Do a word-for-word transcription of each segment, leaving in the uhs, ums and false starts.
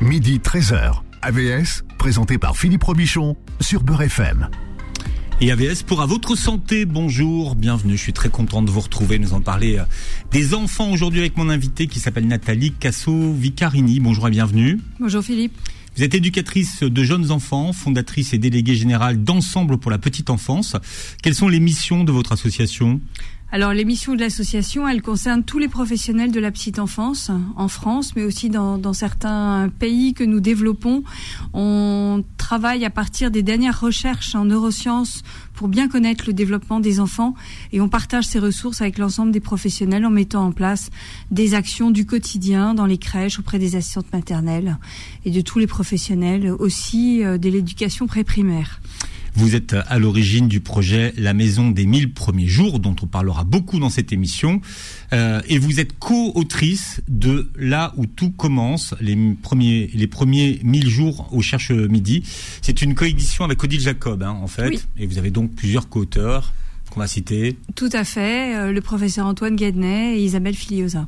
midi treize heures. A V S, présenté par Philippe Robichon sur Beurre F M. Et A V S pour À Votre Santé, bonjour, bienvenue, je suis très content de vous retrouver, nous en parler euh, des enfants aujourd'hui avec mon invité qui s'appelle Nathalie Casso-Vicarini. Bonjour et bienvenue. Bonjour Philippe. Vous êtes éducatrice de jeunes enfants, fondatrice et déléguée générale d'Ensemble pour la petite enfance. Quelles sont les missions de votre association ? Alors les missions de l'association, elles concernent tous les professionnels de la petite enfance en France, mais aussi dans, dans certains pays que nous développons. On travaille à partir des dernières recherches en neurosciences pour bien connaître le développement des enfants et on partage ces ressources avec l'ensemble des professionnels en mettant en place des actions du quotidien dans les crèches, auprès des assistantes maternelles et de tous les professionnels, aussi euh, de l'éducation pré-primaire. Vous êtes à l'origine du projet La Maison des mille premiers jours, dont on parlera beaucoup dans cette émission. Euh, et vous êtes co-autrice de Là où tout commence, les premiers, les premiers mille jours au Cherche Midi. C'est une coédition avec Odile Jacob, hein, en fait. Oui. Et vous avez donc plusieurs co-auteurs qu'on va citer. Tout à fait, euh, le professeur Antoine Guednet et Isabelle Filiosa.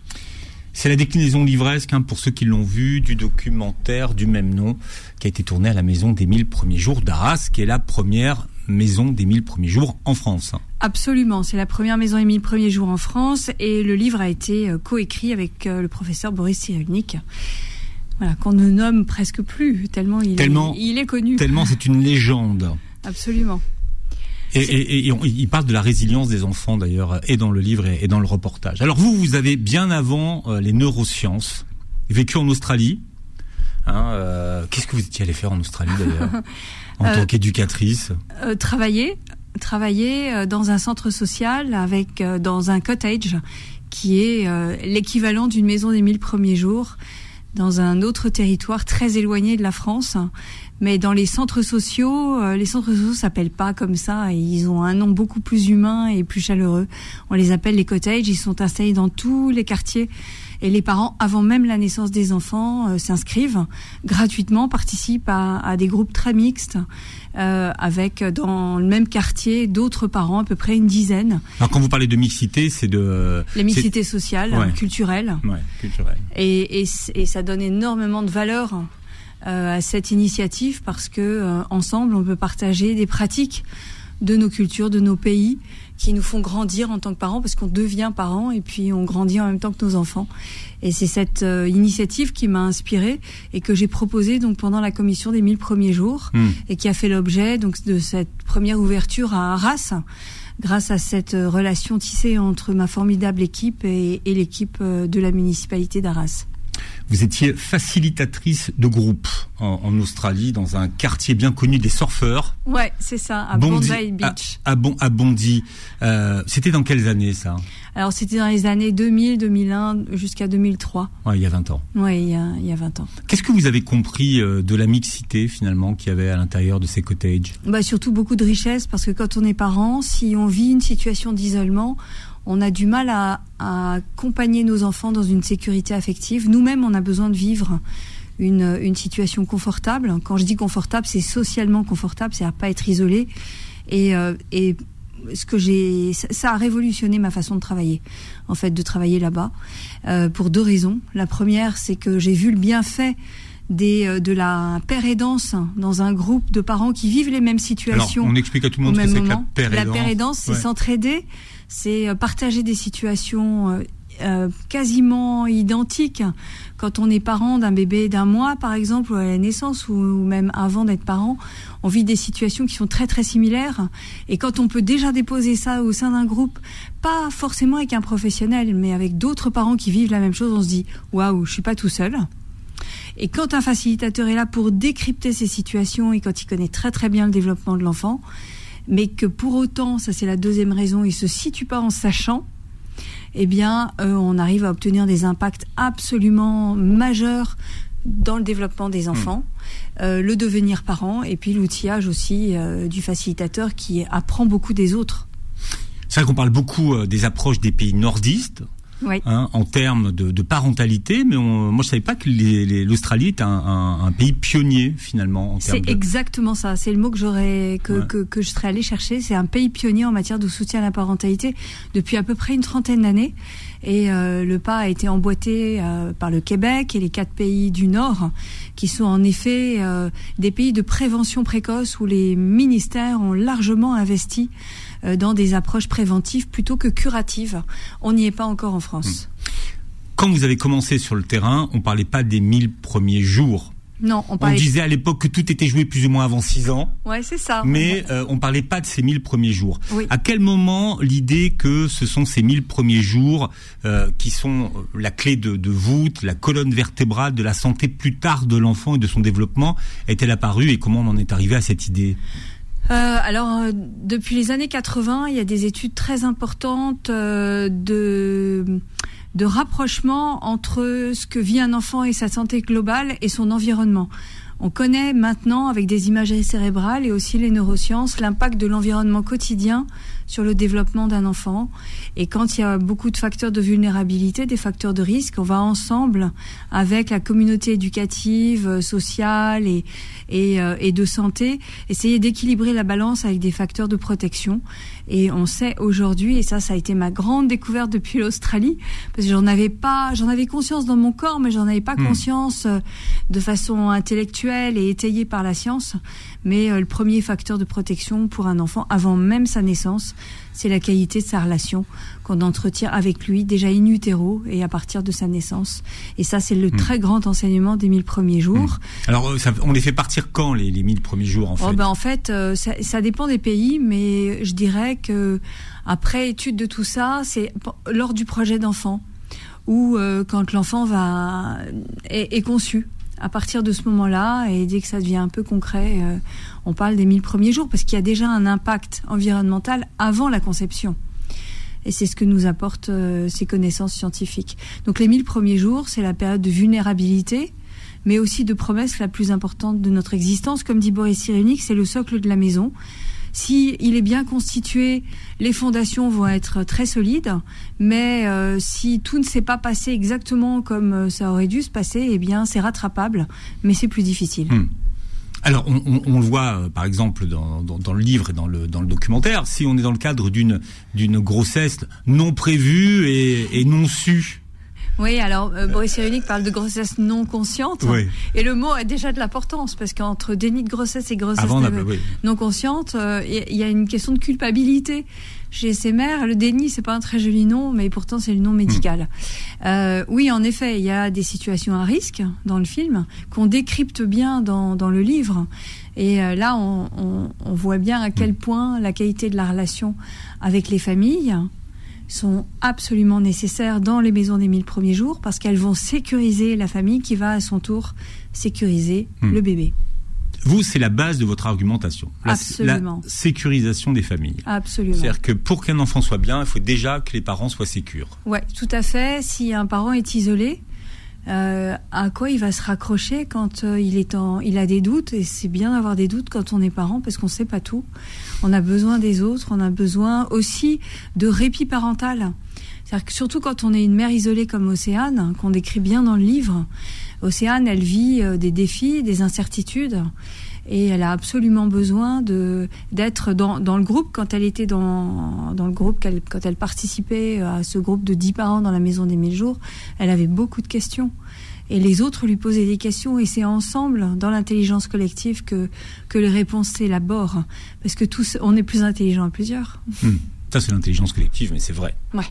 C'est la déclinaison livresque, hein, pour ceux qui l'ont vu, du documentaire du même nom qui a été tourné à la Maison des mille premiers jours d'Arras, qui est la première maison des mille premiers jours en France. Absolument, c'est la première maison des mille premiers jours en France et le livre a été euh, coécrit avec euh, le professeur Boris Cyrulnik. Voilà, qu'on ne nomme presque plus, tellement il, tellement, est, il est connu. Tellement c'est une légende. Absolument. Et, et, et on, il parle de la résilience des enfants d'ailleurs, et dans le livre et, et dans le reportage. Alors vous, vous avez bien avant euh, les neurosciences vécu en Australie. Hein, euh, qu'est-ce que vous étiez allé faire en Australie d'ailleurs, en euh, tant qu'éducatrice ? euh, Travailler, travailler euh, dans un centre social, avec euh, dans un cottage qui est euh, l'équivalent d'une maison des mille premiers jours, dans un autre territoire très éloigné de la France. Mais dans les centres sociaux, euh, les centres sociaux s'appellent pas comme ça, et ils ont un nom beaucoup plus humain et plus chaleureux. On les appelle les cottages, ils sont installés dans tous les quartiers. Et les parents, avant même la naissance des enfants, euh, s'inscrivent gratuitement, participent à, à des groupes très mixtes, euh, avec dans le même quartier d'autres parents, à peu près une dizaine. Alors quand vous parlez de mixité, c'est de... La mixité c'est... sociale, ouais. culturelle. Ouais, culturelle. Et, et, et ça donne énormément de valeur euh, à cette initiative parce que euh, ensemble, on peut partager des pratiques de nos cultures, de nos pays, qui nous font grandir en tant que parents, parce qu'on devient parents et puis on grandit en même temps que nos enfants. Et c'est cette euh, initiative qui m'a inspirée et que j'ai proposée donc pendant la commission des mille premiers jours, mmh. et qui a fait l'objet donc de cette première ouverture à Arras, grâce à cette euh, relation tissée entre ma formidable équipe et, et l'équipe euh, de la municipalité d'Arras. Vous étiez facilitatrice de groupe en, en Australie, dans un quartier bien connu des surfeurs. Ouais, c'est ça, à Bondi, Bondi Beach. À, à, bon, à Bondi. Euh, c'était dans quelles années, ça ? Alors, c'était dans les années deux mille, deux mille un, jusqu'à deux mille trois. Ouais, il y a vingt ans. Ouais, il y a, il y a vingt ans. Qu'est-ce que vous avez compris euh, de la mixité, finalement, qu'il y avait à l'intérieur de ces cottages ? Bah, surtout beaucoup de richesse, parce que quand on est parent, si on vit une situation d'isolement, on a du mal à, à accompagner nos enfants dans une sécurité affective. Nous-mêmes, on a besoin de vivre une, une situation confortable. Quand je dis confortable, c'est socialement confortable, c'est à pas être isolé. Et, euh, et ce que j'ai, ça a révolutionné ma façon de travailler, en fait, de travailler là-bas, euh, pour deux raisons. La première, c'est que j'ai vu le bienfait Des, de la paire aidance dans un groupe de parents qui vivent les mêmes situations. Alors, on explique à tout le monde ce que c'est que la paire aidance. La paire aidance, c'est ouais. s'entraider, c'est partager des situations euh, euh, quasiment identiques. Quand on est parent d'un bébé d'un mois, par exemple, ou à la naissance, ou, ou même avant d'être parent, on vit des situations qui sont très très similaires. Et quand on peut déjà déposer ça au sein d'un groupe, pas forcément avec un professionnel, mais avec d'autres parents qui vivent la même chose, on se dit « Waouh, je suis pas tout seul ». Et quand un facilitateur est là pour décrypter ces situations et quand il connaît très très bien le développement de l'enfant, mais que pour autant, ça c'est la deuxième raison, il se situe pas en sachant, eh bien, euh, on arrive à obtenir des impacts absolument majeurs dans le développement des enfants, mmh. euh, le devenir parent et puis l'outillage aussi euh, du facilitateur qui apprend beaucoup des autres. C'est vrai qu'on parle beaucoup euh, des approches des pays nordistes. Oui. Hein, en termes de, de parentalité, mais on, moi je savais pas que les, les, l'Australie est un, un, un pays pionnier finalement. En c'est de... exactement ça. C'est le mot que j'aurais que, ouais. que que je serais allée chercher. C'est un pays pionnier en matière de soutien à la parentalité depuis à peu près une trentaine d'années. Et euh, le pas a été emboîté euh, par le Québec et les quatre pays du Nord, qui sont en effet euh, des pays de prévention précoce où les ministères ont largement investi dans des approches préventives plutôt que curatives. On n'y est pas encore en France. Quand vous avez commencé sur le terrain, on ne parlait pas des mille premiers jours. Non, on parlait... On disait à l'époque que tout était joué plus ou moins avant six ans. Ouais, c'est ça. Mais euh, on ne parlait pas de ces mille premiers jours. Oui. À quel moment l'idée que ce sont ces mille premiers jours euh, qui sont la clé de, de voûte, la colonne vertébrale de la santé plus tard de l'enfant et de son développement est-elle apparue et comment on en est arrivé à cette idée ? Euh, alors, euh, depuis les années quatre-vingts, il y a des études très importantes euh, de de rapprochement entre ce que vit un enfant et sa santé globale et son environnement. On connaît maintenant, avec des imageries cérébrales et aussi les neurosciences, l'impact de l'environnement quotidien sur le développement d'un enfant. Et quand il y a beaucoup de facteurs de vulnérabilité, des facteurs de risque, on va ensemble, avec la communauté éducative, sociale et, et, euh, et de santé, essayer d'équilibrer la balance avec des facteurs de protection. Et on sait aujourd'hui, et ça, ça a été ma grande découverte depuis l'Australie, parce que j'en avais pas, j'en avais conscience dans mon corps, mais j'en avais pas mmh. conscience euh, de façon intellectuelle et étayée par la science. Mais euh, le premier facteur de protection pour un enfant, avant même sa naissance, c'est la qualité de sa relation qu'on entretient avec lui, déjà in utero et à partir de sa naissance. Et ça, c'est le mmh. très grand enseignement des mille premiers jours. Mmh. Alors, ça, on les fait partir quand, les, les mille premiers jours, en fait ? Oh, ben, en fait, euh, ça, ça dépend des pays, mais je dirais que après étude de tout ça, c'est lors du projet d'enfant, ou euh, quand l'enfant va est, est conçu. À partir de ce moment-là, et dès que ça devient un peu concret, euh, on parle des mille premiers jours, parce qu'il y a déjà un impact environnemental avant la conception. Et c'est ce que nous apportent euh, ces connaissances scientifiques. Donc les mille premiers jours, c'est la période de vulnérabilité, mais aussi de promesse la plus importante de notre existence. Comme dit Boris Cyrulnik, c'est le socle de la maison. Si il est bien constitué, les fondations vont être très solides, mais euh, si tout ne s'est pas passé exactement comme ça aurait dû se passer, eh bien c'est rattrapable, mais c'est plus difficile. Hum. Alors on, on, on le voit euh, par exemple dans, dans, dans le livre et dans le, dans le documentaire, si on est dans le cadre d'une, d'une grossesse non prévue et, et non sue. Oui, alors euh, Boris Cyrulnik parle de grossesse non consciente, oui. Et le mot a déjà de l'importance, parce qu'entre déni de grossesse et grossesse Avant, de, oui. non consciente, il euh, y, y a une question de culpabilité chez ces mères. Le déni, c'est pas un très joli nom, mais pourtant c'est le nom médical. Mmh. Euh, oui, en effet, il y a des situations à risque dans le film, qu'on décrypte bien dans, dans le livre. Et euh, là, on, on, on voit bien à quel point la qualité de la relation avec les familles sont absolument nécessaires dans les maisons des mille premiers jours, parce qu'elles vont sécuriser la famille qui va à son tour sécuriser mmh. le bébé. Vous, c'est la base de votre argumentation. La, Absolument. La sécurisation des familles. Absolument. C'est-à-dire que pour qu'un enfant soit bien, il faut déjà que les parents soient sécures. Oui, tout à fait. Si un parent est isolé, euh, à quoi il va se raccrocher quand euh, il est en, il a des doutes, et c'est bien d'avoir des doutes quand on est parent, parce qu'on ne sait pas tout. On a besoin des autres, on a besoin aussi de répit parental. C'est-à-dire que surtout quand on est une mère isolée comme Océane, qu'on décrit bien dans le livre, Océane, elle vit euh, des défis, des incertitudes, et elle a absolument besoin de d'être dans, dans le groupe. Quand elle était dans, dans le groupe, qu'elle, quand elle participait à ce groupe de dix parents dans la maison des mille jours, elle avait beaucoup de questions. Et les autres lui posaient des questions, et c'est ensemble, dans l'intelligence collective, que, que les réponses s'élaborent. Parce que tous, on est plus intelligents à plusieurs. Mmh. Ça, c'est l'intelligence collective, mais c'est vrai. Ouais.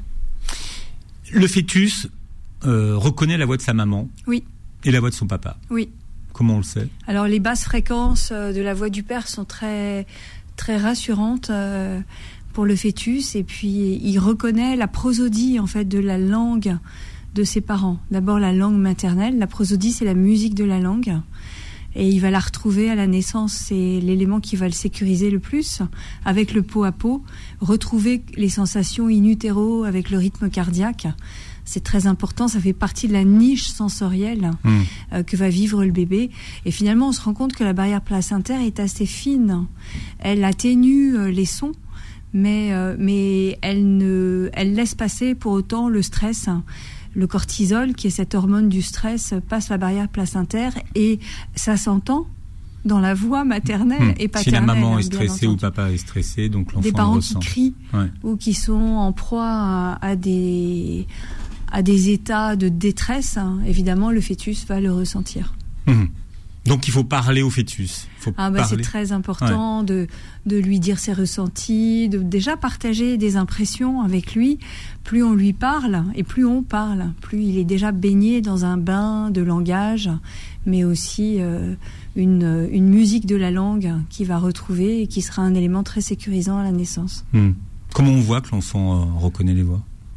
Le fœtus euh, reconnaît la voix de sa maman. Oui. Et la voix de son papa. Oui. Comment on le sait ? Alors, les basses fréquences de la voix du père sont très, très rassurantes euh, pour le fœtus. Et puis, il reconnaît la prosodie, en fait, de la langue de ses parents. D'abord la langue maternelle, la prosodie, c'est la musique de la langue, et il va la retrouver à la naissance, c'est l'élément qui va le sécuriser le plus, avec le peau à peau, retrouver les sensations in utero avec le rythme cardiaque, c'est très important, ça fait partie de la niche sensorielle mmh. euh, que va vivre le bébé, et finalement on se rend compte que la barrière placentaire est assez fine, elle atténue euh, les sons, mais, euh, mais elle, ne, elle laisse passer pour autant le stress. Le cortisol, qui est cette hormone du stress, passe la barrière placentaire et ça s'entend dans la voix maternelle mmh. et paternelle. Si la maman est stressée ou papa est stressé, donc l'enfant des parents le qui ressent. crient ouais. ou qui sont en proie à, à des à des états de détresse, hein, évidemment le fœtus va le ressentir. Mmh. Donc il faut parler au fœtus. Faut ah bah parler. C'est très important ouais. de de lui dire ses ressentis, de déjà partager des impressions avec lui. Plus on lui parle et plus on parle, plus il est déjà baigné dans un bain de langage, mais aussi euh, une une musique de la langue qu'il va retrouver et qui sera un élément très sécurisant à la naissance. Mmh. Comment on voit que l'enfant euh, reconnaît les voix ?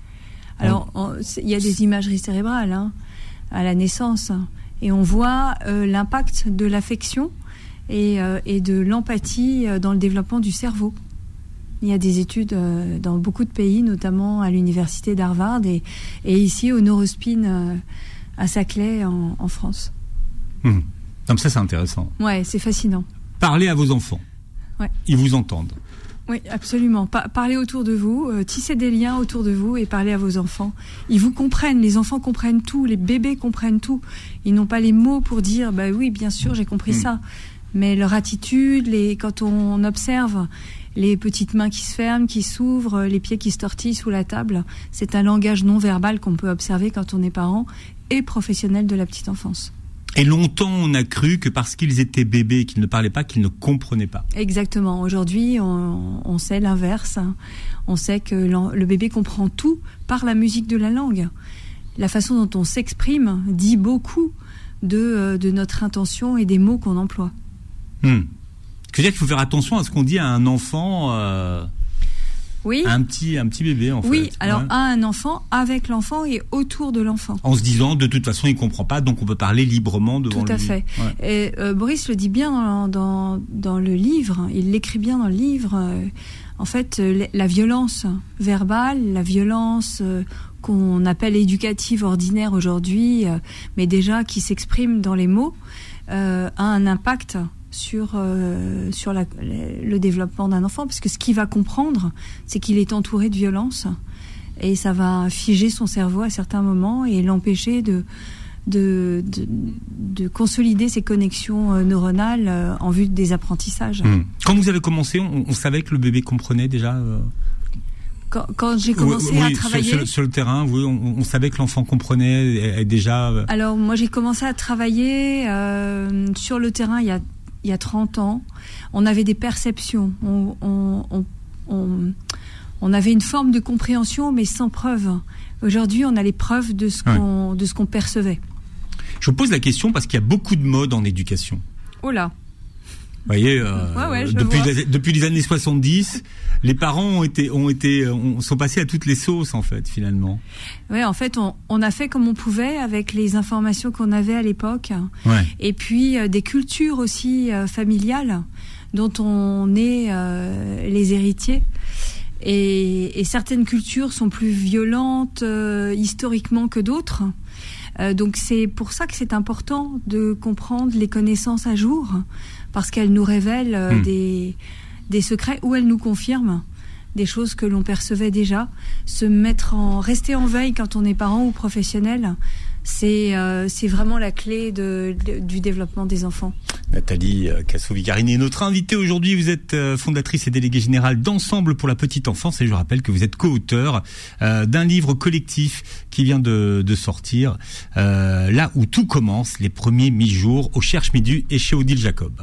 Alors il y a des imageries cérébrales hein, à la naissance. Et on voit euh, l'impact de l'affection et, euh, et de l'empathie euh, dans le développement du cerveau. Il y a des études euh, dans beaucoup de pays, notamment à l'université d'Harvard et, et ici au Neurospin euh, à Saclay en, en France. Mmh. Donc ça c'est intéressant. Ouais, c'est fascinant. Parlez à vos enfants. Ouais. Ils vous entendent. Oui, absolument. Pa- parlez autour de vous, euh, tissez des liens autour de vous et parlez à vos enfants. Ils vous comprennent, les enfants comprennent tout, les bébés comprennent tout. Ils n'ont pas les mots pour dire, bah oui, bien sûr, j'ai compris mmh. ça. Mais leur attitude, les, quand on observe les petites mains qui se ferment, qui s'ouvrent, les pieds qui se tortillent sous la table, c'est un langage non verbal qu'on peut observer quand on est parent et professionnel de la petite enfance. Et longtemps, on a cru que parce qu'ils étaient bébés, qu'ils ne parlaient pas, qu'ils ne comprenaient pas. Exactement. Aujourd'hui, on, on sait l'inverse. On sait que le bébé comprend tout par la musique de la langue. La façon dont on s'exprime dit beaucoup de, de notre intention et des mots qu'on emploie. Hum. C'est-à-dire qu'il faut faire attention à ce qu'on dit à un enfant... Euh... Oui. Un petit, un petit bébé, en oui, fait. Oui, alors ouais. à un enfant, avec l'enfant et autour de l'enfant. En se disant, de toute façon, il ne comprend pas, donc on peut parler librement devant lui. Tout à fait. Ouais. Et euh, Boris le dit bien dans, dans, dans le livre, il l'écrit bien dans le livre. Euh, en fait, euh, la violence verbale, la violence euh, qu'on appelle éducative ordinaire aujourd'hui, euh, mais déjà qui s'exprime dans les mots, euh, a un impact sur euh, sur la, le développement d'un enfant, parce que ce qu'il va comprendre, c'est qu'il est entouré de violence et ça va figer son cerveau à certains moments et l'empêcher de de, de, de consolider ses connexions neuronales en vue des apprentissages. Mmh. Quand vous avez commencé, on, on savait que le bébé comprenait déjà euh... Quand, quand j'ai commencé oui, oui, à travailler... Sur, sur, sur le terrain, oui, on, on savait que l'enfant comprenait et, et déjà... Euh... Alors, moi, j'ai commencé à travailler euh, sur le terrain il y a il y a trente ans, on avait des perceptions, on, on, on, on, on avait une forme de compréhension, mais sans preuve. Aujourd'hui, on a les preuves de ce qu'on, ouais. de ce qu'on percevait. Je vous pose la question parce qu'il y a beaucoup de modes en éducation. Oh là. Vous voyez, euh, ouais, ouais, depuis, les, depuis les années soixante-dix, les parents ont été, ont été, ont, sont passés à toutes les sauces en fait, finalement. Oui, en fait, on, on a fait comme on pouvait avec les informations qu'on avait à l'époque, ouais. et puis euh, des cultures aussi euh, familiales dont on est euh, les héritiers. Et, et certaines cultures sont plus violentes euh, historiquement que d'autres. Euh, donc c'est pour ça que c'est important de comprendre les connaissances à jour, parce qu'elles nous révèlent euh, mmh. des, des secrets ou elles nous confirment des choses que l'on percevait déjà. Se mettre en, rester en veille quand on est parent ou professionnel, c'est, euh, c'est vraiment la clé de, de, du développement des enfants. Nathalie Casso-Vicarini est notre invitée aujourd'hui. Vous êtes fondatrice et déléguée générale d'Ensemble pour la petite enfance et je rappelle que vous êtes co-auteur euh, d'un livre collectif qui vient de, de sortir, euh, Là où tout commence, les premiers mi-jours au Cherche Midi et chez Odile Jacob.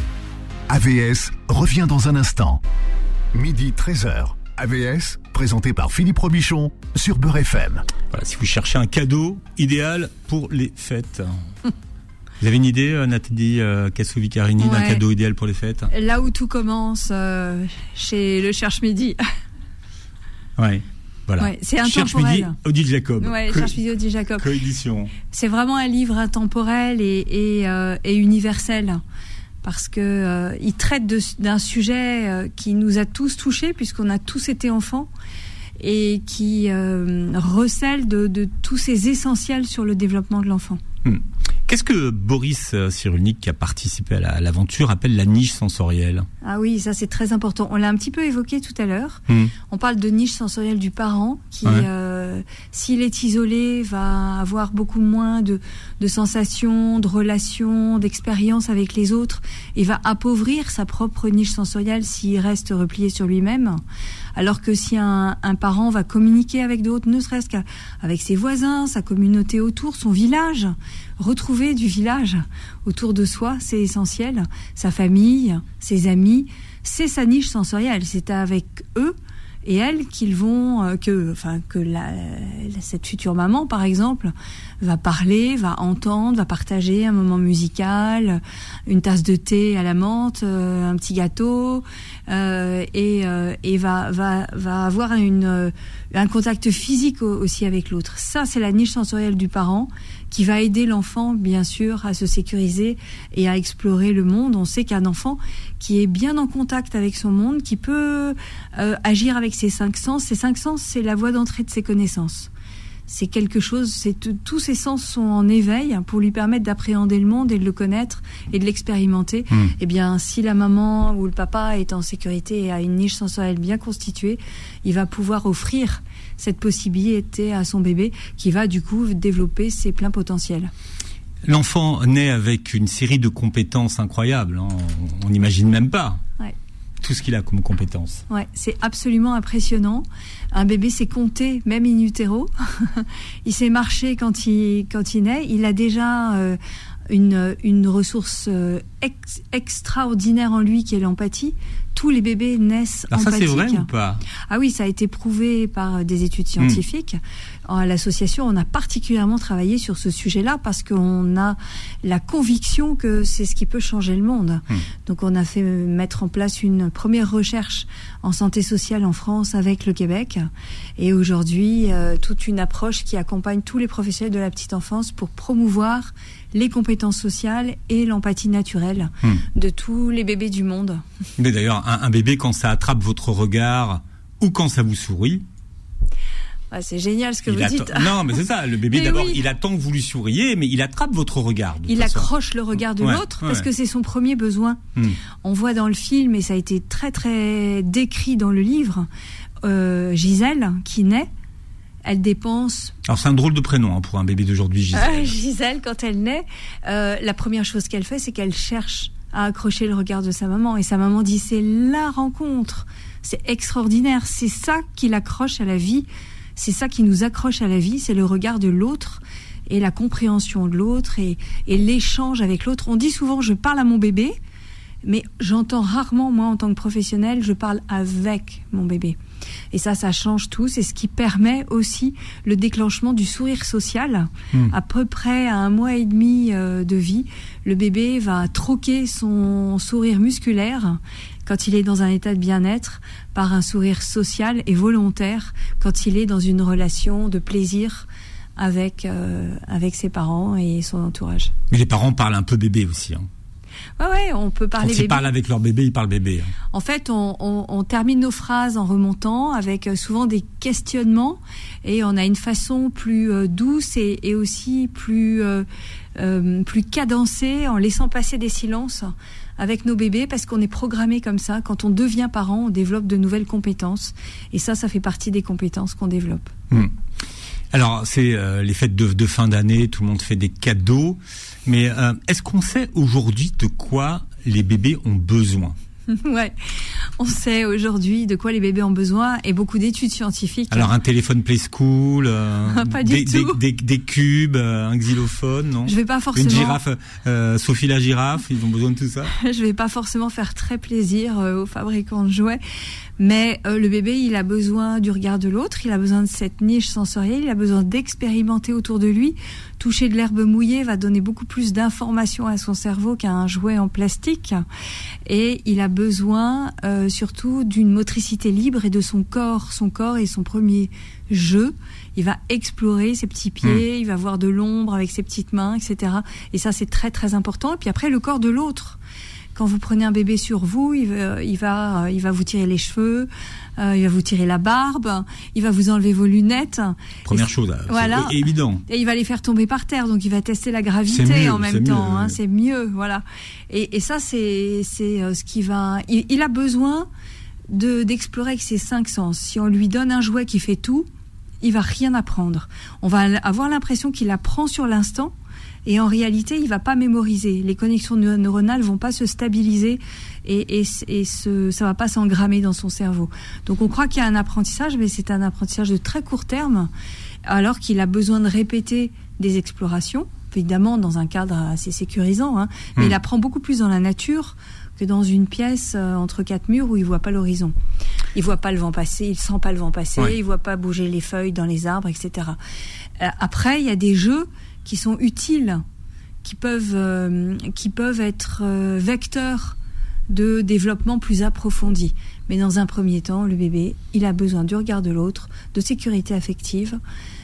A V S revient dans un instant. Midi treize heures. A V S, présenté par Philippe Robichon sur Beurre F M. Voilà, si vous cherchez un cadeau idéal pour les fêtes. Vous avez une idée, Nathalie euh, Casso-Vicarini, ouais. d'un cadeau idéal pour les fêtes ? Là où tout commence, euh, chez le Cherche Midi. Ouais, voilà. Ouais, c'est intemporel. Cherche Midi, Odile Jacob. Ouais, Co- Cherche Midi, Odile Jacob. Coédition. C'est vraiment un livre intemporel et, et, euh, et universel. Parce que euh, il traite de, d'un sujet euh, qui nous a tous touchés, puisqu'on a tous été enfants, et qui euh, recèle de, de tous ces essentiels sur le développement de l'enfant. Hum. Qu'est-ce que Boris Cyrulnik, qui a participé à l'aventure, appelle la niche sensorielle ? Ah oui, ça c'est très important. On l'a un petit peu évoqué tout à l'heure. Mmh. On parle de niche sensorielle du parent qui, ouais. euh, s'il est isolé, va avoir beaucoup moins de, de sensations, de relations, d'expériences avec les autres et va appauvrir sa propre niche sensorielle s'il reste replié sur lui-même. Alors que si un, un parent va communiquer avec d'autres, ne serait-ce qu'avec ses voisins, sa communauté autour, son village, retrouver du village autour de soi, c'est essentiel. Sa famille, ses amis, c'est sa niche sensorielle. C'est avec eux et elles qu'ils vont, euh, que, enfin, que la, la, cette future maman, par exemple, va parler, va entendre, va partager un moment musical, une tasse de thé à la menthe, euh, un petit gâteau, euh, et, euh, et va, va, va avoir une, euh, un contact physique aussi avec l'autre. Ça, c'est la niche sensorielle du parent qui va aider l'enfant, bien sûr, à se sécuriser et à explorer le monde. On sait qu'un enfant qui est bien en contact avec son monde, qui peut euh, agir avec ses cinq sens, ses cinq sens, c'est la voie d'entrée de ses connaissances. C'est quelque chose, c'est t- tous ses sens sont en éveil pour lui permettre d'appréhender le monde et de le connaître et de l'expérimenter. Mmh. Eh bien, si la maman ou le papa est en sécurité et a une niche sensorielle bien constituée, il va pouvoir offrir cette possibilité à son bébé qui va du coup développer ses pleins potentiels. L'enfant naît avec une série de compétences incroyables, hein. On n'imagine même pas. Ouais. Tout ce qu'il a comme compétences. Ouais, c'est absolument impressionnant. Un bébé sait compter, même in utero. Il sait marcher quand il, quand il naît. Il a déjà euh, une, une ressource euh, ex, extraordinaire en lui qui est l'empathie. Tous les bébés naissent Alors empathiques. Ça, c'est vrai ou pas ? Ah oui, ça a été prouvé par des études scientifiques. Mmh. À l'association, on a particulièrement travaillé sur ce sujet-là parce qu'on a la conviction que c'est ce qui peut changer le monde. Mmh. Donc, on a fait mettre en place une première recherche en santé sociale en France avec le Québec. Et aujourd'hui, euh, toute une approche qui accompagne tous les professionnels de la petite enfance pour promouvoir les compétences sociales et l'empathie naturelle mmh. de tous les bébés du monde. Mais d'ailleurs, un, un bébé, quand ça attrape votre regard ou quand ça vous sourit... Ah, c'est génial ce que il vous atta- dites. Non, mais c'est ça. Le bébé, mais d'abord, oui. il attend que vous lui souriez, mais il attrape votre regard. Il façon. accroche le regard de ouais, l'autre ouais. parce que c'est son premier besoin. Mmh. On voit dans le film, et ça a été très, très décrit dans le livre, euh, Gisèle, qui naît, elle dépense... Alors, c'est un drôle de prénom hein, pour un bébé d'aujourd'hui, Gisèle. Euh, Gisèle, quand elle naît, euh, la première chose qu'elle fait, c'est qu'elle cherche à accrocher le regard de sa maman. Et sa maman dit, c'est la rencontre. C'est extraordinaire. C'est ça qui l'accroche à la vie. C'est ça qui nous accroche à la vie. C'est le regard de l'autre et la compréhension de l'autre et, et l'échange avec l'autre. On dit souvent, je parle à mon bébé, mais j'entends rarement, moi, en tant que professionnelle, je parle avec mon bébé. Et ça, ça change tout. C'est ce qui permet aussi le déclenchement du sourire social. Mmh. À peu près à un mois et demi euh, de vie, le bébé va troquer son sourire musculaire quand il est dans un état de bien-être par un sourire social et volontaire quand il est dans une relation de plaisir avec, euh, avec ses parents et son entourage. Mais les parents parlent un peu bébé aussi, hein. Ouais, ouais, on peut parler Quand ils bébé. parlent avec leur bébé, ils parlent bébé. En fait, on, on, on termine nos phrases en remontant avec souvent des questionnements et on a une façon plus euh, douce et, et aussi plus, euh, euh, plus cadencée en laissant passer des silences avec nos bébés parce qu'on est programmé comme ça. Quand on devient parent, on développe de nouvelles compétences et ça, ça fait partie des compétences qu'on développe. Mmh. Alors, c'est euh, les fêtes de, de fin d'année, tout le monde fait des cadeaux. Mais euh, est-ce qu'on sait aujourd'hui de quoi les bébés ont besoin ? Ouais, on sait aujourd'hui de quoi les bébés ont besoin et beaucoup d'études scientifiques. Alors un téléphone Play School, euh, pas des, du tout. Des, des, des cubes, euh, un xylophone, non ? Je vais pas forcément. Une girafe, euh, Sophie la girafe, ils ont besoin de tout ça ? Je vais pas forcément faire très plaisir euh, aux fabricants de jouets, mais euh, le bébé, il a besoin du regard de l'autre, il a besoin de cette niche sensorielle, il a besoin d'expérimenter autour de lui. Toucher de l'herbe mouillée va donner beaucoup plus d'informations à son cerveau qu'un jouet en plastique. Et il a besoin euh, surtout d'une motricité libre et de son corps. Son corps est son premier jeu. Il va explorer ses petits pieds, mmh. il va voir de l'ombre avec ses petites mains, et cetera. Et ça, c'est très, très important. Et puis après, le corps de l'autre. quand vous prenez un bébé sur vous, il va, il va, il va vous tirer les cheveux, euh, il va vous tirer la barbe, il va vous enlever vos lunettes. Première chose, voilà. C'est évident. Et il va les faire tomber par terre, donc il va tester la gravité mieux, en même temps. Mieux, hein, oui. C'est mieux, voilà. Et, et ça, c'est, c'est euh, ce qui va. Il, il a besoin de d'explorer avec ses cinq sens. Si on lui donne un jouet qui fait tout, il va rien apprendre. On va avoir l'impression qu'il apprend sur l'instant. Et en réalité, il va pas mémoriser. Les connexions neuronales vont pas se stabiliser et, et, et ce, ça va pas s'engrammer dans son cerveau. Donc on croit qu'il y a un apprentissage, mais c'est un apprentissage de très court terme, alors qu'il a besoin de répéter des explorations, évidemment dans un cadre assez sécurisant, hein, mais mmh. il apprend beaucoup plus dans la nature que dans une pièce euh, entre quatre murs où il voit pas l'horizon. Il voit pas le vent passer, il sent pas le vent passer, ouais. il voit pas bouger les feuilles dans les arbres, et cetera. Euh, après, il y a des jeux qui sont utiles, qui peuvent, euh, qui peuvent être euh, vecteurs de développement plus approfondi. Mais dans un premier temps, le bébé, il a besoin du regard de l'autre, de sécurité affective,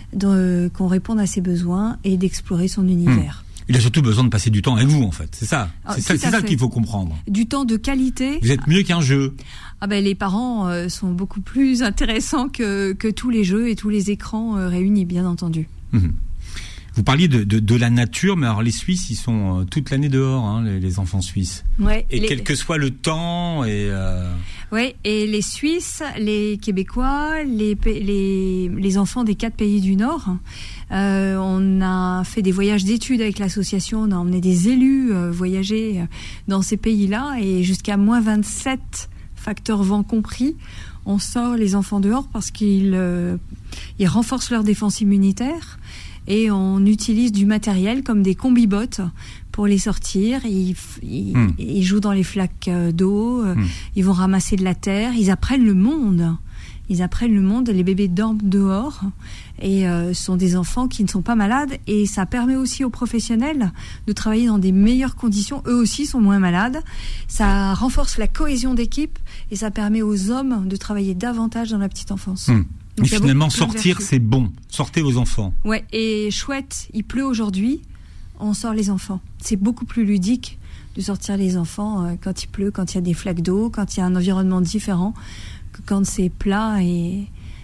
de, qu'on réponde à ses besoins et d'explorer son univers. Mmh. Il a surtout besoin de passer du temps avec vous, en fait. C'est ça. Ah, c'est ça, c'est ça qu'il faut comprendre. Du temps de qualité. Vous êtes mieux qu'un jeu. Ah ben, les parents euh, sont beaucoup plus intéressants que, que tous les jeux et tous les écrans euh, réunis, bien entendu. Mmh. Vous parliez de, de, de la nature, mais alors les Suisses, ils sont euh, toute l'année dehors, hein, les, les enfants suisses. Ouais, et les... quel que soit le temps. Et euh... Oui, et les Suisses, les Québécois, les, les, les enfants des quatre pays du Nord, euh, on a fait des voyages d'études avec l'association, on a emmené des élus euh, voyager dans ces pays-là, et jusqu'à moins vingt-sept, facteurs vent compris, on sort les enfants dehors parce qu'ils euh, ils renforcent leur défense immunitaire. Et on utilise du matériel comme des combi-bottes pour les sortir. Ils, ils, mmh. ils jouent dans les flaques d'eau, mmh. ils vont ramasser de la terre, ils apprennent le monde. Ils apprennent le monde, les bébés dorment dehors et euh, sont des enfants qui ne sont pas malades. Et ça permet aussi aux professionnels de travailler dans des meilleures conditions. Eux aussi sont moins malades. Ça renforce la cohésion d'équipe et ça permet aux hommes de travailler davantage dans la petite enfance. Mmh. Donc, mais finalement, sortir, c'est bon. Sortez vos enfants. Ouais, et chouette, il pleut aujourd'hui, on sort les enfants. C'est beaucoup plus ludique de sortir les enfants euh, quand il pleut, quand il y a des flaques d'eau, quand il y a un environnement différent, que quand c'est plat et,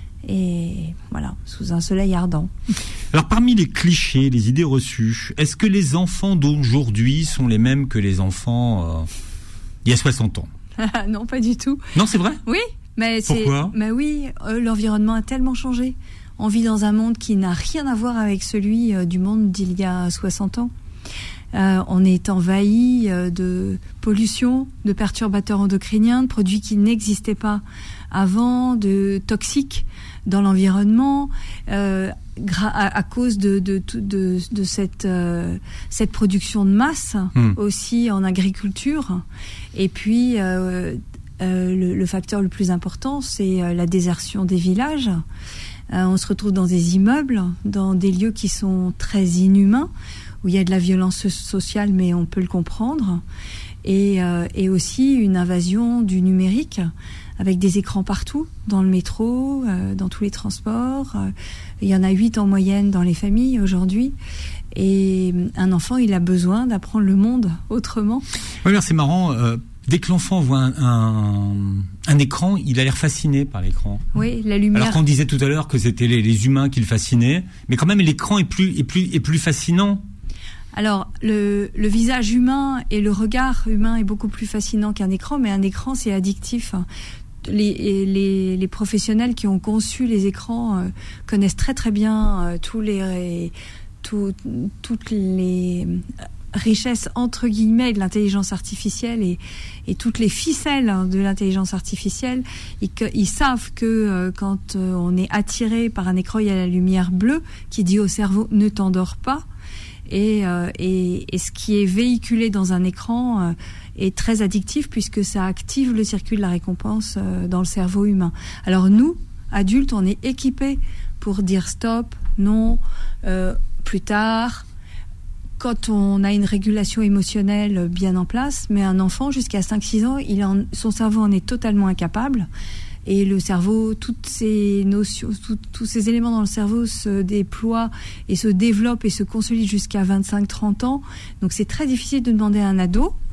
et voilà, sous un soleil ardent. Alors, parmi les clichés, les idées reçues, est-ce que les enfants d'aujourd'hui sont les mêmes que les enfants euh, il y a soixante ans? Non, pas du tout. Non, c'est vrai? Oui. Mais Pourquoi ? Mais oui, euh, l'environnement a tellement changé. On vit dans un monde qui n'a rien à voir avec celui euh, du monde d'il y a soixante ans. Euh, on est envahi euh, de pollution, de perturbateurs endocriniens, de produits qui n'existaient pas avant, de toxiques dans l'environnement, euh, gra- à, à cause de, de, de, de, de cette, euh, cette production de masse, mmh. aussi en agriculture. Et puis... Euh, Euh, le, le facteur le plus important, c'est euh, la désertion des villages. Euh, on se retrouve dans des immeubles, dans des lieux qui sont très inhumains, où il y a de la violence sociale, mais on peut le comprendre. Et, euh, et aussi une invasion du numérique, avec des écrans partout, dans le métro, euh, dans tous les transports. Euh, il y en a huit en moyenne dans les familles aujourd'hui. Et un enfant, il a besoin d'apprendre le monde autrement. Oui, alors c'est marrant... Euh... Dès que l'enfant voit un, un, un écran, il a l'air fasciné par l'écran. Oui, la lumière. Alors qu'on disait tout à l'heure que c'était les, les humains qui le fascinaient, mais quand même l'écran est plus, est plus, est plus fascinant. Alors, le, le visage humain et le regard humain est beaucoup plus fascinant qu'un écran, mais un écran, c'est addictif. Les, les, les professionnels qui ont conçu les écrans euh, connaissent très très bien euh, tous les, tout, toutes les... richesse entre guillemets de l'intelligence artificielle et, et toutes les ficelles de l'intelligence artificielle. Ils, ils savent que euh, quand euh, on est attiré par un écran, il y a la lumière bleue qui dit au cerveau ne t'endors pas. Et, euh, et, et ce qui est véhiculé dans un écran euh, est très addictif puisque ça active le circuit de la récompense euh, dans le cerveau humain. Alors nous, adultes, on est équipés pour dire stop, non, euh, plus tard. Quand on a une régulation émotionnelle bien en place, mais un enfant jusqu'à cinq six ans, il en, son cerveau en est totalement incapable. Et le cerveau, toutes ces notions, tout, tous ces éléments dans le cerveau se déploient et se développent et se consolident jusqu'à vingt-cinq trente ans. Donc c'est très difficile de demander à un ado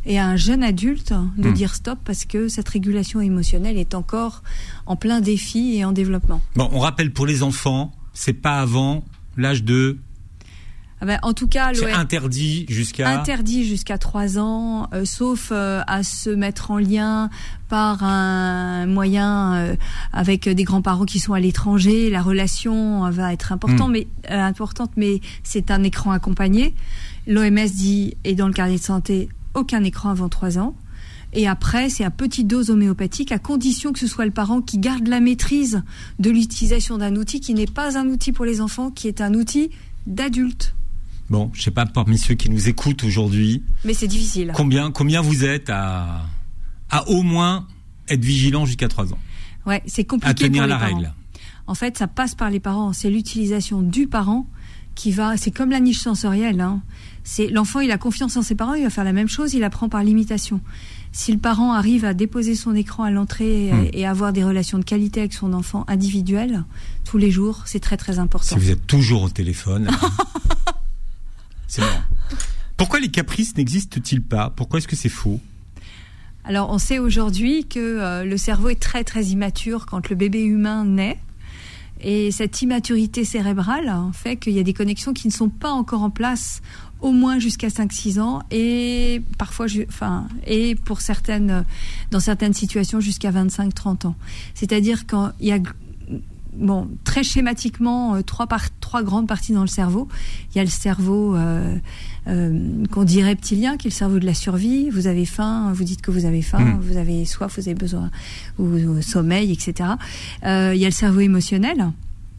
et à un jeune adulte de mmh. dire stop, parce que cette régulation émotionnelle est encore en plein défi et en développement. Bon, on rappelle pour les enfants, c'est pas avant l'âge de... Ah ben, en tout cas, c'est interdit jusqu'à interdit jusqu'à trois ans, euh, sauf euh, à se mettre en lien par un moyen euh, avec des grands-parents qui sont à l'étranger. La relation va être importante, mmh. mais euh, importante, mais c'est un écran accompagné. L'O M S dit, et dans le carnet de santé, aucun écran avant trois ans. Et après, c'est à petite dose homéopathique, à condition que ce soit le parent qui garde la maîtrise de l'utilisation d'un outil qui n'est pas un outil pour les enfants, qui est un outil d'adulte. Bon, je sais pas parmi ceux qui nous écoutent aujourd'hui. Mais c'est difficile. Combien, combien vous êtes à, à au moins être vigilant jusqu'à trois ans? Ouais, c'est compliqué à tenir pour les la parents. règle. En fait, ça passe par les parents. C'est l'utilisation du parent qui va. C'est comme la niche sensorielle. Hein. C'est l'enfant, il a confiance en ses parents, il va faire la même chose, il apprend par l'imitation. Si le parent arrive à déposer son écran à l'entrée mmh. et, et avoir des relations de qualité avec son enfant individuel tous les jours, c'est très très important. Si vous êtes toujours au téléphone. C'est marrant. Pourquoi les caprices n'existent-ils pas? Pourquoi est-ce que c'est faux? Alors, on sait aujourd'hui que euh, le cerveau est très très immature quand le bébé humain naît. Et cette immaturité cérébrale hein, fait qu'il y a des connexions qui ne sont pas encore en place, au moins jusqu'à cinq six ans, et parfois, enfin, et pour certaines, dans certaines situations jusqu'à vingt-cinq trente ans. C'est-à-dire quand il y a Bon, très schématiquement, euh, trois, par, trois grandes parties dans le cerveau. Il y a le cerveau euh, euh, qu'on dit reptilien, qui est le cerveau de la survie. Vous avez faim, vous dites que vous avez faim, mmh. vous avez soif, vous avez besoin, ou, ou sommeil, et cetera. Euh, il y a le cerveau émotionnel.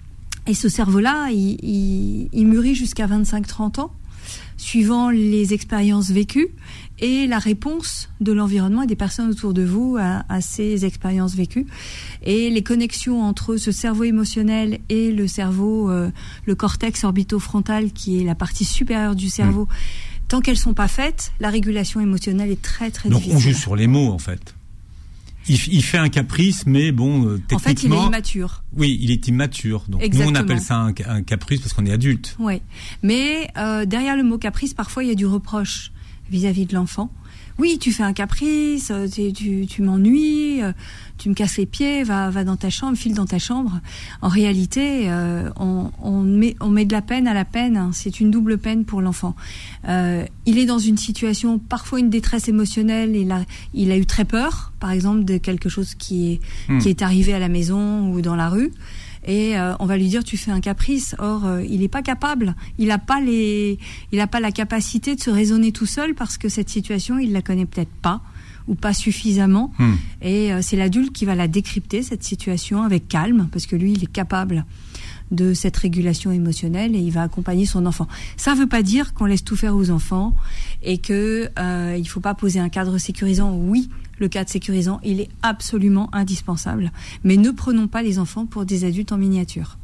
Et ce cerveau-là, il, il, il mûrit jusqu'à vingt-cinq trente ans, suivant les expériences vécues et la réponse de l'environnement et des personnes autour de vous à, à ces expériences vécues. Et les connexions entre ce cerveau émotionnel et le cerveau, euh, le cortex orbitofrontal, qui est la partie supérieure du cerveau, mmh. tant qu'elles sont pas faites, la régulation émotionnelle est très très Donc difficile. Donc on joue sur les mots en fait. Il, il fait un caprice, mais bon, euh, techniquement... En fait, il est immature. Oui, il est immature. Donc Exactement. Nous, on appelle ça un, un caprice parce qu'on est adulte. Oui, mais euh, derrière le mot caprice, parfois, il y a du reproche vis-à-vis de l'enfant. Oui, tu fais un caprice, tu, tu, tu m'ennuies, tu me casses les pieds, va, va dans ta chambre, file dans ta chambre. En réalité, euh, on, on, met, on met de la peine à la peine. C'est une double peine pour l'enfant. Euh, il est dans une situation, parfois une détresse émotionnelle. Il a, il a eu très peur, par exemple, de quelque chose qui est, mmh. qui est arrivé à la maison ou dans la rue. Et euh, on va lui dire tu fais un caprice. Or, euh, il n'est pas capable. Il n'a pas les, il n'a pas la capacité de se raisonner tout seul parce que cette situation, il la connaît peut-être pas ou pas suffisamment. Hmm. Et euh, c'est l'adulte qui va la décrypter cette situation avec calme parce que lui, il est capable de cette régulation émotionnelle et il va accompagner son enfant. Ça ne veut pas dire qu'on laisse tout faire aux enfants et que euh, il faut pas poser un cadre sécurisant. Oui. Le cadre sécurisant, il est absolument indispensable. Mais ne prenons pas les enfants pour des adultes en miniature.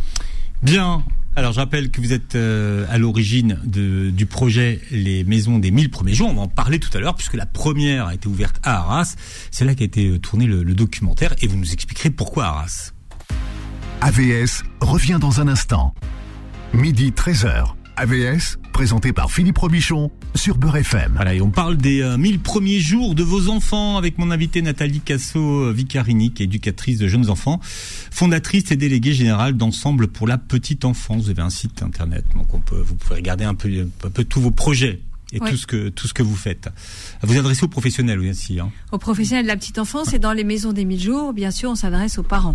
Bien. Alors, je rappelle que vous êtes euh, à l'origine de, du projet Les Maisons des mille premiers jours. On va en parler tout à l'heure, puisque la première a été ouverte à Arras. C'est là qu'a été tourné le, le documentaire. Et vous nous expliquerez pourquoi Arras. A V S revient dans un instant. Midi treize heures. A V S, présenté par Philippe Robichon sur Beurre F M. Voilà, et on parle des euh, mille premiers jours de vos enfants avec mon invitée Nathalie Casso-Vicarini, qui est éducatrice de jeunes enfants, fondatrice et déléguée générale d'Ensemble pour la petite enfance. Vous avez un site internet, donc on peut, vous pouvez regarder un peu, un peu tous vos projets et oui. tout ce que tout ce que vous faites. Vous adressez aux professionnels aussi. Hein. Aux professionnels de la petite enfance et dans les maisons des mille jours, bien sûr, on s'adresse aux parents.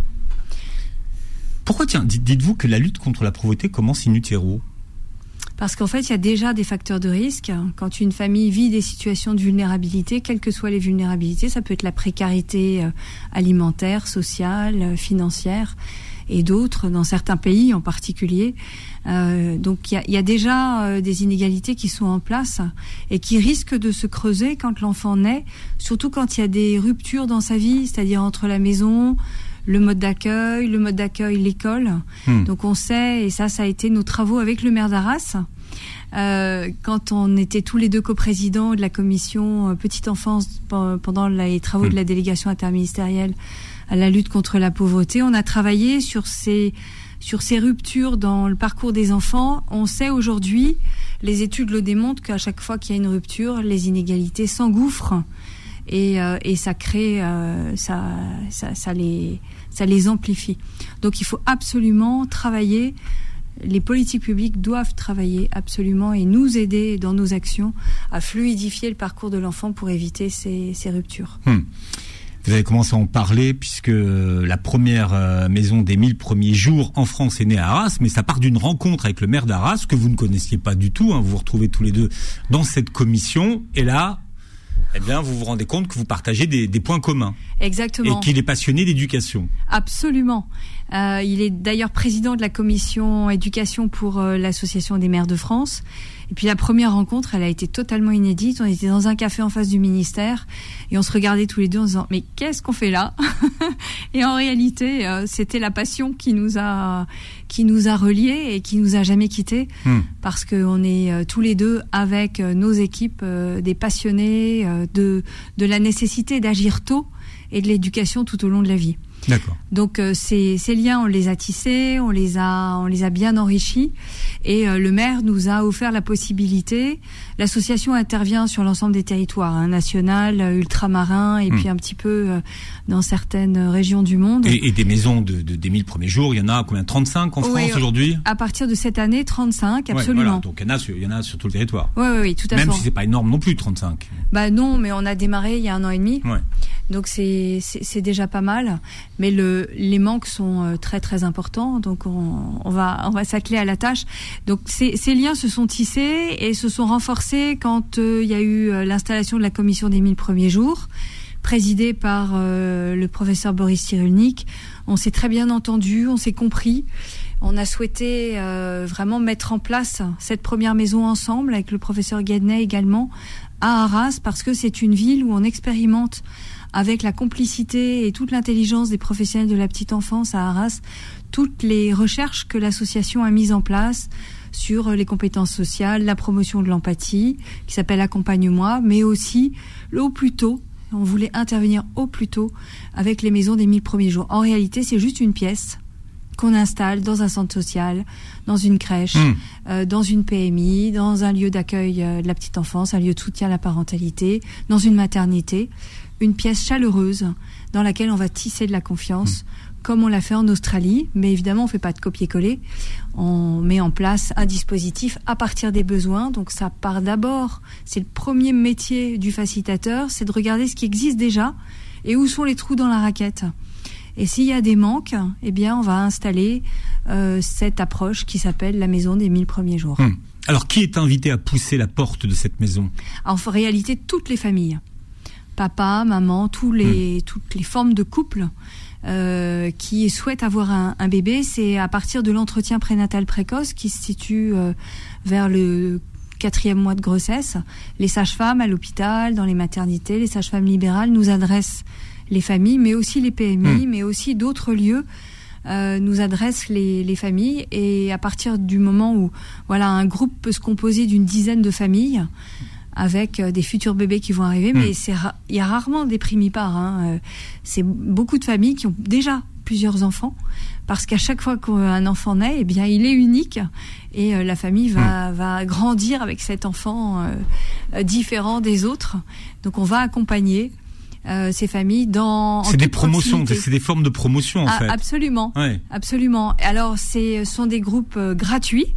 Pourquoi, tiens, dites-vous que la lutte contre la pauvreté commence in utero ? Parce qu'en fait, il y a déjà des facteurs de risque. Quand une famille vit des situations de vulnérabilité, quelles que soient les vulnérabilités, ça peut être la précarité alimentaire, sociale, financière et d'autres, dans certains pays en particulier. Euh, donc il y a, y a déjà euh, des inégalités qui sont en place et qui risquent de se creuser quand l'enfant naît, surtout quand il y a des ruptures dans sa vie, c'est-à-dire entre la maison, le mode d'accueil, le mode d'accueil, l'école. Mmh. Donc on sait, et ça, ça a été nos travaux avec le maire d'Arras, Euh, quand on était tous les deux coprésidents de la commission euh, petite enfance p- pendant les travaux mmh. de la délégation interministérielle à la lutte contre la pauvreté, on a travaillé sur ces sur ces ruptures dans le parcours des enfants. On sait aujourd'hui, les études le démontrent, qu'à chaque fois qu'il y a une rupture, les inégalités s'engouffrent et, euh, et ça crée, euh, ça, ça, ça les, ça les amplifie. Donc il faut absolument travailler. Les politiques publiques doivent travailler absolument et nous aider dans nos actions à fluidifier le parcours de l'enfant pour éviter ces, ces ruptures. Hum. Vous avez commencé à en parler puisque la première euh, maison des mille premiers jours en France est née à Arras, mais ça part d'une rencontre avec le maire d'Arras que vous ne connaissiez pas du tout. Hein, vous vous retrouvez tous les deux dans cette commission et là, eh bien, vous vous rendez compte que vous partagez des, des points communs. Exactement. Et qu'il est passionné d'éducation. Absolument. Euh, il est d'ailleurs président de la commission éducation pour euh, l'association des maires de France. Et puis la première rencontre, elle a été totalement inédite. On était dans un café en face du ministère et on se regardait tous les deux en se disant mais qu'est-ce qu'on fait là? Et en réalité, euh, c'était la passion qui nous a qui nous a reliés et qui nous a jamais quittés mmh. parce que on est euh, tous les deux avec euh, nos équipes euh, des passionnés euh, de de la nécessité d'agir tôt et de l'éducation tout au long de la vie. D'accord. Donc euh, ces, ces liens, on les a tissés, on les a, on les a bien enrichis, et euh, le maire nous a offert la possibilité. L'association intervient sur l'ensemble des territoires, hein, national, euh, ultramarin, et mmh. puis un petit peu euh, dans certaines régions du monde. Et, et des maisons de, de, des mille premiers jours, il y en a combien, trente-cinq en oui, France aujourd'hui? À partir de cette année, trente-cinq, absolument. Ouais, voilà. Donc il y en a, il y en a sur tout le territoire. Oui, oui, oui, tout à fait. Même si c'est pas énorme non plus, trente-cinq. Bah non, mais on a démarré il y a un an et demi. Ouais. Donc c'est, c'est c'est déjà pas mal, mais le les manques sont euh, très très importants. Donc on, on va on va s'atteler à la tâche. Donc ces ces liens se sont tissés et se sont renforcés quand euh, il y a eu euh, l'installation de la commission des mille premiers jours, présidée par euh, le professeur Boris Cyrulnik. On s'est très bien entendu, on s'est compris. On a souhaité euh, vraiment mettre en place cette première maison ensemble avec le professeur Guednet également à Arras, parce que c'est une ville où on expérimente avec la complicité et toute l'intelligence des professionnels de la petite enfance à Arras, toutes les recherches que l'association a mises en place sur les compétences sociales, la promotion de l'empathie, qui s'appelle Accompagne-moi, mais aussi le au plus tôt. On voulait intervenir au plus tôt avec les maisons des mille premiers jours. En réalité, c'est juste une pièce qu'on installe dans un centre social, dans une crèche, mmh. euh, dans une P M I, dans un lieu d'accueil euh, de la petite enfance, un lieu de soutien à la parentalité, dans une maternité. Une pièce chaleureuse dans laquelle on va tisser de la confiance, mmh. comme on l'a fait en Australie. Mais évidemment, on ne fait pas de copier-coller. On met en place un dispositif à partir des besoins. Donc ça part d'abord, c'est le premier métier du facilitateur, c'est de regarder ce qui existe déjà et où sont les trous dans la raquette. Et s'il y a des manques, eh bien, on va installer euh, cette approche qui s'appelle la maison des mille premiers jours. Mmh. Alors, qui est invité à pousser la porte de cette maison? En réalité, toutes les familles. Papa, maman, tous les, mmh. toutes les formes de couple euh, qui souhaitent avoir un, un bébé. C'est à partir de l'entretien prénatal précoce qui se situe euh, vers le quatrième mois de grossesse. Les sages-femmes à l'hôpital, dans les maternités, les sages-femmes libérales nous adressent les familles, mais aussi les P M I, mmh. mais aussi d'autres lieux euh, nous adressent les, les familles. Et à partir du moment où voilà, un groupe peut se composer d'une dizaine de familles, avec des futurs bébés qui vont arriver, mmh. mais c'est ra- il y a rarement des primipares. Hein. C'est beaucoup de familles qui ont déjà plusieurs enfants, parce qu'à chaque fois qu'un enfant naît, eh bien, il est unique, et euh, la famille va, mmh. va grandir avec cet enfant euh, différent des autres. Donc on va accompagner euh, ces familles dans... C'est des promotions, proximité. C'est des formes de promotion en ah, fait. Absolument, ouais. absolument. Alors ce sont des groupes euh, gratuits.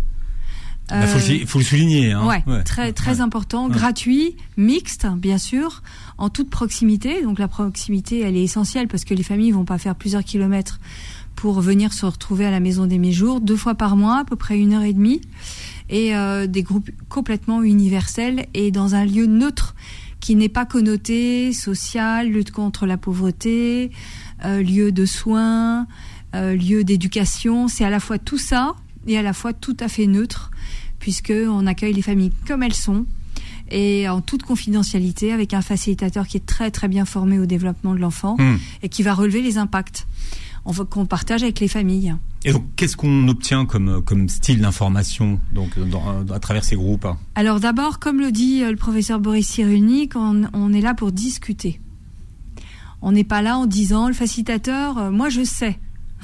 Il bah, faut, euh, faut le souligner. Hein. Ouais, ouais, très très ouais. important, ouais. gratuit, mixte, bien sûr, en toute proximité. Donc la proximité, elle est essentielle parce que les familles vont pas faire plusieurs kilomètres pour venir se retrouver à la maison des mes jours, deux fois par mois, à peu près une heure et demie, et euh, des groupes complètement universels et dans un lieu neutre qui n'est pas connoté social, lutte contre la pauvreté, euh, lieu de soins, euh, lieu d'éducation. C'est à la fois tout ça et à la fois tout à fait neutre, puisqu'on accueille les familles comme elles sont, et en toute confidentialité, avec un facilitateur qui est très très bien formé au développement de l'enfant, mmh. et qui va relever les impacts. on va, qu'on partage avec les familles. Et donc, qu'est-ce qu'on obtient comme, comme style d'information donc, dans, à travers ces groupes? Alors d'abord, comme le dit le professeur Boris Cyrulnik, on, on est là pour discuter. On n'est pas là en disant, le facilitateur, euh, moi je sais.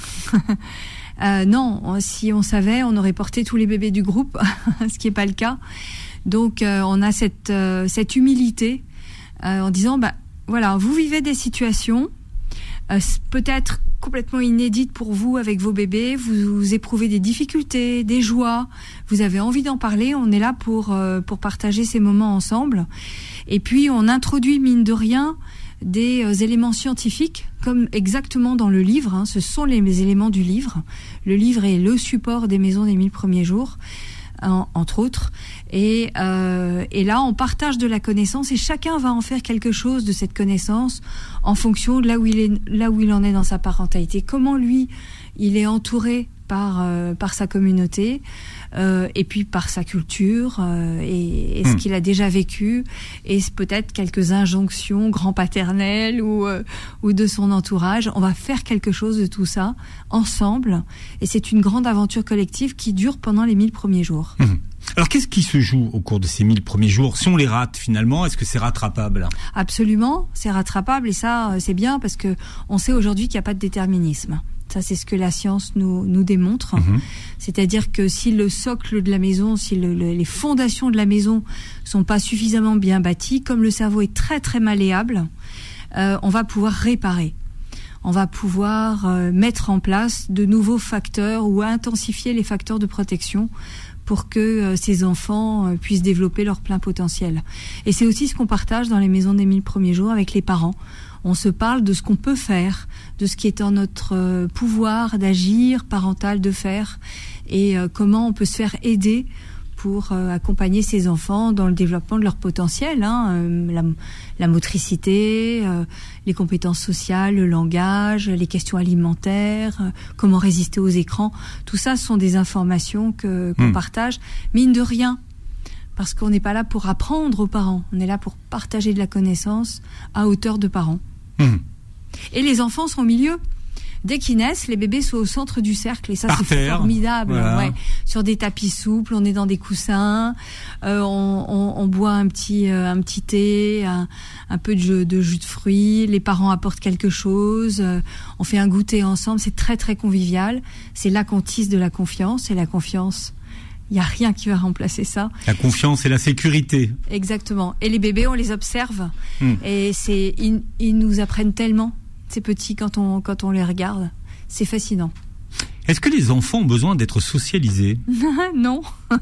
euh, non, on, si on savait, on aurait porté tous les bébés du groupe, ce qui n'est pas le cas. Donc euh, on a cette, euh, cette humilité euh, en disant, bah, voilà, vous vivez des situations, euh, peut-être complètement inédite pour vous avec vos bébés, vous, vous éprouvez des difficultés, des joies, vous avez envie d'en parler, on est là pour, euh, pour partager ces moments ensemble. Et puis on introduit, mine de rien, des euh, éléments scientifiques, comme exactement dans le livre, hein, ce sont les, les éléments du livre. Le livre est le support des maisons des mille premiers jours, en, entre autres. Et, euh, et là, on partage de la connaissance et chacun va en faire quelque chose de cette connaissance en fonction de là où il est, là où il en est dans sa parentalité. Comment lui, il est entouré par euh, par sa communauté euh, et puis par sa culture euh, et, et ce mmh. qu'il a déjà vécu et peut-être quelques injonctions grand-paternelles ou euh, ou de son entourage. On va faire quelque chose de tout ça ensemble et c'est une grande aventure collective qui dure pendant les mille premiers jours. Mmh. Alors, qu'est-ce qui se joue au cours de ces mille premiers jours? Si on les rate, finalement, est-ce que c'est rattrapable? Absolument, c'est rattrapable et ça, c'est bien parce que on sait aujourd'hui qu'il n'y a pas de déterminisme. Ça, c'est ce que la science nous, nous démontre. Mmh. C'est-à-dire que si le socle de la maison, si le, le, les fondations de la maison sont pas suffisamment bien bâties, comme le cerveau est très, très malléable, euh, on va pouvoir réparer. On va pouvoir euh, mettre en place de nouveaux facteurs ou intensifier les facteurs de protection pour que euh, ces enfants euh, puissent développer leur plein potentiel. Et c'est aussi ce qu'on partage dans les maisons des mille premiers jours avec les parents. On se parle de ce qu'on peut faire, de ce qui est en notre euh, pouvoir d'agir, parental de faire, et euh, comment on peut se faire aider pour euh, accompagner ces enfants dans le développement de leur potentiel, hein, euh, la, la motricité, euh, les compétences sociales, le langage, les questions alimentaires, euh, comment résister aux écrans. Tout ça sont des informations que, qu'on mmh. partage, mine de rien, parce qu'on n'est pas là pour apprendre aux parents, on est là pour partager de la connaissance à hauteur de parents. Mmh. Et les enfants sont au milieu. Dès qu'ils naissent, les bébés sont au centre du cercle et ça Par c'est terre, formidable. voilà. Ouais. Sur des tapis souples, on est dans des coussins, euh, on, on, on boit un petit euh, un petit thé, un, un peu de jus, de jus de fruits. Les parents apportent quelque chose, euh, on fait un goûter ensemble. C'est très très convivial. C'est là qu'on tisse de la confiance et la confiance. Il y a rien qui va remplacer ça. La confiance et la sécurité. Exactement. Et les bébés, on les observe mmh. et c'est ils, ils nous apprennent tellement. Ces petits, quand on, quand on les regarde, c'est fascinant. Est-ce que les enfants ont besoin d'être socialisés? Non.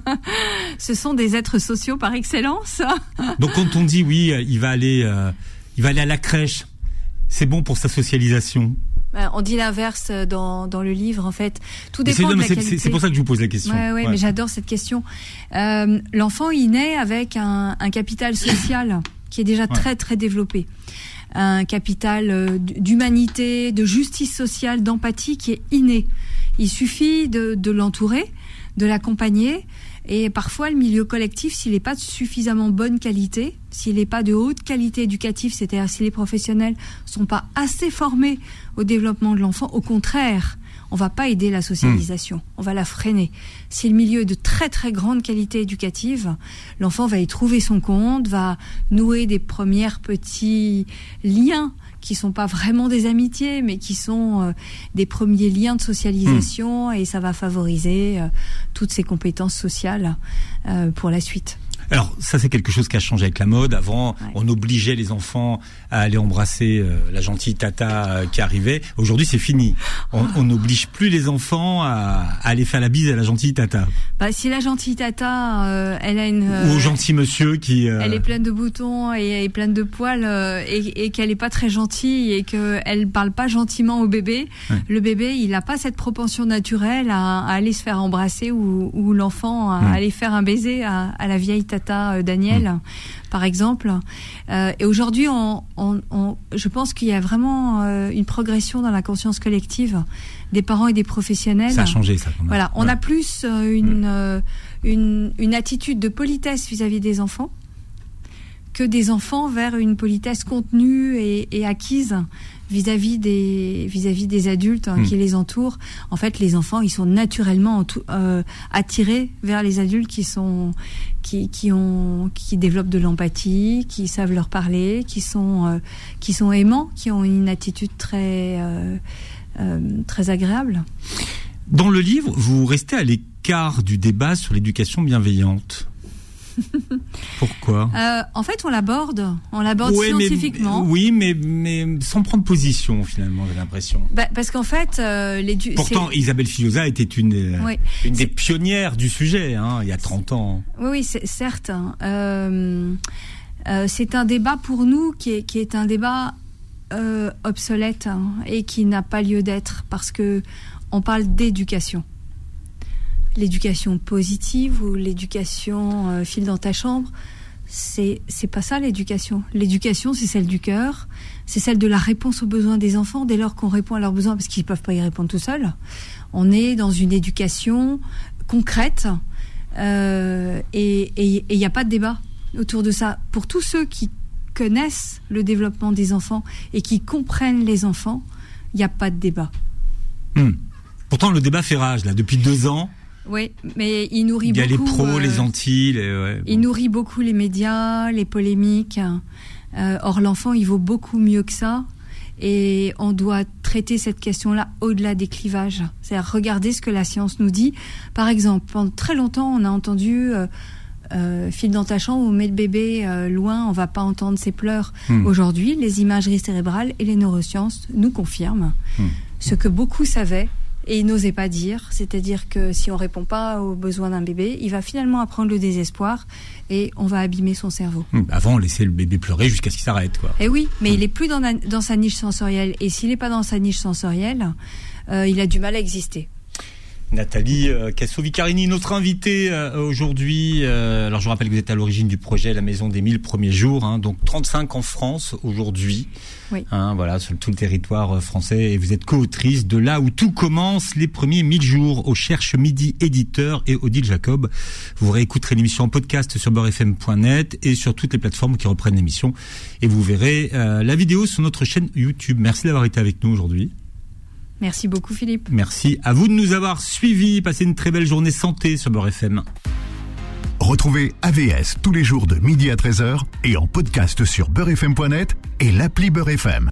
Ce sont des êtres sociaux par excellence. Donc quand on dit oui, il va aller, euh, il va aller à la crèche, c'est bon pour sa socialisation? On dit l'inverse dans, dans le livre, en fait. Tout dépend c'est, non, de la c'est, qualité. C'est pour ça que je vous pose la question. Ouais, ouais, ouais. Mais j'adore cette question. Euh, l'enfant, il naît avec un, un capital social qui est déjà ouais. très, très développé. Un capital d'humanité, de justice sociale, d'empathie qui est inné. Il suffit de, de l'entourer, de l'accompagner. Et parfois, le milieu collectif, s'il n'est pas de suffisamment bonne qualité, s'il n'est pas de haute qualité éducative, c'est-à-dire si les professionnels sont pas assez formés au développement de l'enfant, au contraire, on va pas aider la socialisation, mmh. on va la freiner. Si le milieu est de très très grande qualité éducative, l'enfant va y trouver son compte, va nouer des premiers petits liens qui sont pas vraiment des amitiés, mais qui sont euh, des premiers liens de socialisation, mmh. et ça va favoriser euh, toutes ces compétences sociales euh, pour la suite. Alors ça c'est quelque chose qui a changé avec la mode. Avant ouais. on obligeait les enfants à aller embrasser euh, la gentille tata euh, qui arrivait. Aujourd'hui c'est fini. On n'oblige plus les enfants à, à aller faire la bise à la gentille tata. Bah si la gentille tata euh, elle a une euh, ou au gentil monsieur qui euh... elle est pleine de boutons et, et pleine de poils euh, et, et qu'elle est pas très gentille et que elle parle pas gentiment au bébé, ouais. le bébé il a pas cette propension naturelle à, à aller se faire embrasser ou, ou l'enfant à mmh. aller faire un baiser à, à la vieille tata Daniel, mmh. par exemple. Euh, et aujourd'hui, on, on, on, je pense qu'il y a vraiment euh, une progression dans la conscience collective des parents et des professionnels. Ça a changé, ça. Quand même. Voilà, on ouais. a plus euh, une, mmh. euh, une, une attitude de politesse vis-à-vis des enfants que des enfants vers une politesse contenue et, et acquise vis-à-vis des vis-à-vis des adultes hein, mmh. qui les entourent. En fait, les enfants, ils sont naturellement entou- euh, attirés vers les adultes qui sont qui qui ont qui développent de l'empathie, qui savent leur parler, qui sont euh, qui sont aimants, qui ont une attitude très euh, euh, très agréable. Dans le livre, vous restez à l'écart du débat sur l'éducation bienveillante. Pourquoi ? euh, En fait, on l'aborde, on l'aborde ouais, scientifiquement. Mais, oui, mais mais sans prendre position finalement, j'ai l'impression. Bah, parce qu'en fait, euh, l'édu- pourtant c'est... Isabelle Filosa était une oui. une c'est... des pionnières du sujet, hein, il y a trente ans. Oui, oui, c'est certes. Euh, euh, c'est un débat pour nous qui est qui est un débat euh, obsolète hein, et qui n'a pas lieu d'être parce que on parle d'éducation. L'éducation positive ou l'éducation euh, file dans ta chambre, c'est c'est pas ça l'éducation. L'éducation, c'est celle du cœur, c'est celle de la réponse aux besoins des enfants dès lors qu'on répond à leurs besoins parce qu'ils peuvent pas y répondre tout seuls. On est dans une éducation concrète euh, et et il y a pas de débat autour de ça. Pour tous ceux qui connaissent le développement des enfants et qui comprennent les enfants, il y a pas de débat. Hmm. Pourtant, le débat fait rage là depuis deux ans. Oui, mais il nourrit beaucoup... Il y a beaucoup, les pros, euh, les anti... Les, ouais, bon. Il nourrit beaucoup les médias, les polémiques. Euh, or, l'enfant, il vaut beaucoup mieux que ça. Et on doit traiter cette question-là au-delà des clivages. C'est-à-dire regarder ce que la science nous dit. Par exemple, pendant très longtemps, on a entendu... Euh, euh, file dans ta chambre ou mets le bébé euh, loin, on va pas entendre ses pleurs. Mmh. Aujourd'hui, les imageries cérébrales et les neurosciences nous confirment mmh. ce que beaucoup savaient et ils n'osaient pas dire, c'est-à-dire que si on répond pas aux besoins d'un bébé, il va finalement apprendre le désespoir et on va abîmer son cerveau. Mmh. Avant, on laissait le bébé pleurer jusqu'à ce qu'il s'arrête, quoi. Et oui, mais mmh. il est plus dans, la, dans sa niche sensorielle et s'il est pas dans sa niche sensorielle, euh, il a du mal à exister. Nathalie euh, Casso-Vicarini, notre invitée euh, aujourd'hui. Euh, alors je rappelle que vous êtes à l'origine du projet La Maison des Mille Premiers Jours, hein, donc trente-cinq en France aujourd'hui, oui. hein, voilà, sur tout le territoire français. Et vous êtes co-autrice de Là où tout commence, les premiers mille jours, au Cherche Midi éditeur et Odile Jacob. Vous réécouterez l'émission en podcast sur beurre f m point net et sur toutes les plateformes qui reprennent l'émission. Et vous verrez euh, la vidéo sur notre chaîne YouTube. Merci d'avoir été avec nous aujourd'hui. Merci beaucoup Philippe. Merci à vous de nous avoir suivis. Passez une très belle journée santé sur Beurre F M. Retrouvez A V S tous les jours de midi à treize heures et en podcast sur beurre f m point net et l'appli Beurre F M.